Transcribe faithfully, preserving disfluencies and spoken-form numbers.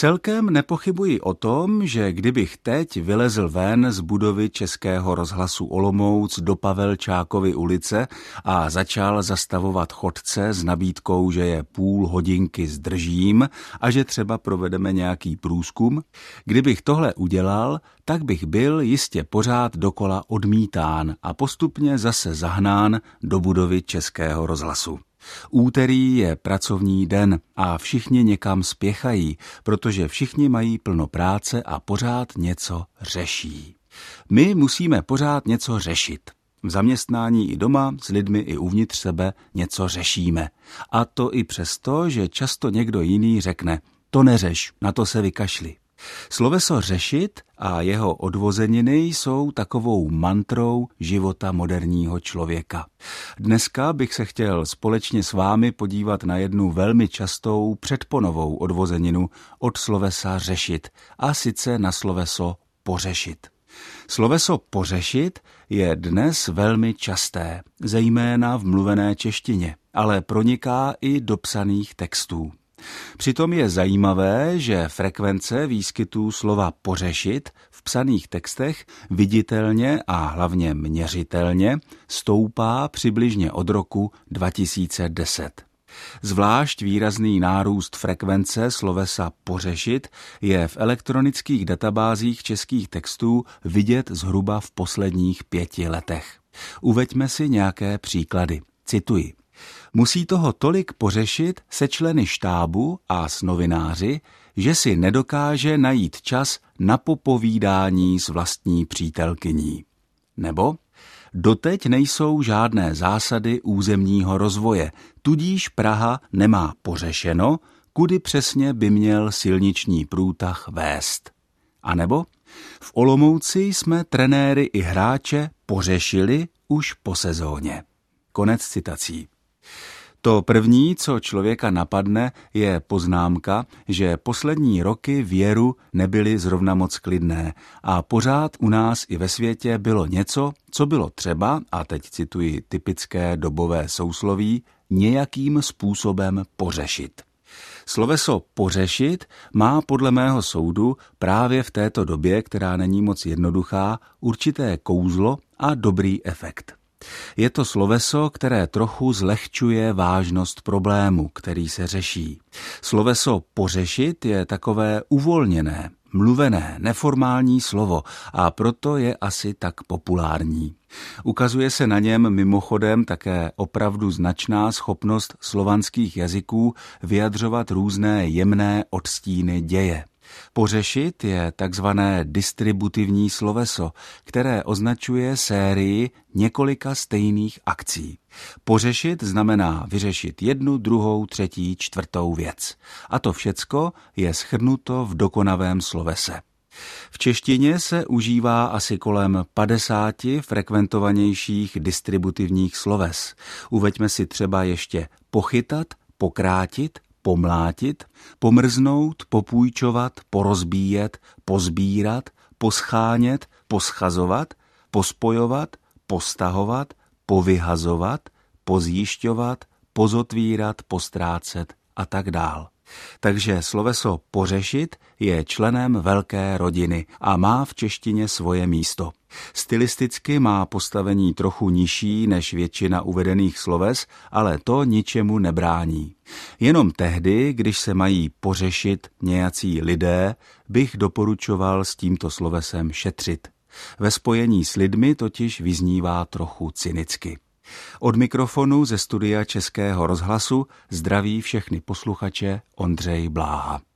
Celkem nepochybuji o tom, že kdybych teď vylezl ven z budovy Českého rozhlasu Olomouc do Pavelčákovy ulice a začal zastavovat chodce s nabídkou, že je půl hodinky zdržím a že třeba provedeme nějaký průzkum, kdybych tohle udělal, tak bych byl jistě pořád dokola odmítán a postupně zase zahnán do budovy Českého rozhlasu. Úterý je pracovní den a všichni někam spěchají, protože všichni mají plno práce a pořád něco řeší. My musíme pořád něco řešit. V zaměstnání i doma, s lidmi i uvnitř sebe něco řešíme. A to i přesto, že často někdo jiný řekne, to neřeš, na to se vykašli. Sloveso řešit a jeho odvozeniny jsou takovou mantrou života moderního člověka. Dneska bych se chtěl společně s vámi podívat na jednu velmi častou předponovou odvozeninu od slovesa řešit, a sice na sloveso pořešit. Sloveso pořešit je dnes velmi časté, zejména v mluvené češtině, ale proniká i do psaných textů. Přitom je zajímavé, že frekvence výskytů slova pořešit v psaných textech viditelně a hlavně měřitelně stoupá přibližně od roku dva tisíce deset. Zvlášť výrazný nárůst frekvence slovesa pořešit je v elektronických databázích českých textů vidět zhruba v posledních pěti letech. Uveďme si nějaké příklady. Cituji. Musí toho tolik pořešit se členy štábu a s novináři, že si nedokáže najít čas na popovídání s vlastní přítelkyní. Nebo doteď nejsou žádné zásady územního rozvoje, tudíž Praha nemá pořešeno, kudy přesně by měl silniční průtah vést. A nebo v Olomouci jsme trenéry i hráče pořešili už po sezóně. Konec citací. To první, co člověka napadne, je poznámka, že poslední roky věru nebyly zrovna moc klidné a pořád u nás i ve světě bylo něco, co bylo třeba, a teď cituji typické dobové sousloví, nějakým způsobem pořešit. Sloveso pořešit má podle mého soudu právě v této době, která není moc jednoduchá, určité kouzlo a dobrý efekt. Je to sloveso, které trochu zlehčuje vážnost problému, který se řeší. Sloveso pořešit je takové uvolněné, mluvené, neformální slovo a proto je asi tak populární. Ukazuje se na něm mimochodem také opravdu značná schopnost slovanských jazyků vyjadřovat různé jemné odstíny děje. Pořešit je takzvané distributivní sloveso, které označuje sérii několika stejných akcí. Pořešit znamená vyřešit jednu, druhou, třetí, čtvrtou věc. A to všecko je shrnuto v dokonavém slovese. V češtině se užívá asi kolem padesáti frekventovanějších distributivních sloves. Uveďme si třeba ještě pochytat, pokrátit, pomlátit, pomrznout, popůjčovat, porozbíjet, pozbírat, poschánět, poschazovat, pospojovat, postahovat, povyhazovat, pozjišťovat, pozotvírat, postrácet a tak dál. Takže sloveso pořešit je členem velké rodiny a má v češtině svoje místo. Stylisticky má postavení trochu nižší než většina uvedených sloves, ale to ničemu nebrání. Jenom tehdy, když se mají pořešit nějací lidé, bych doporučoval s tímto slovesem šetřit. Ve spojení s lidmi totiž vyznívá trochu cynicky. Od mikrofonu ze studia Českého rozhlasu zdraví všechny posluchače Ondřej Bláha.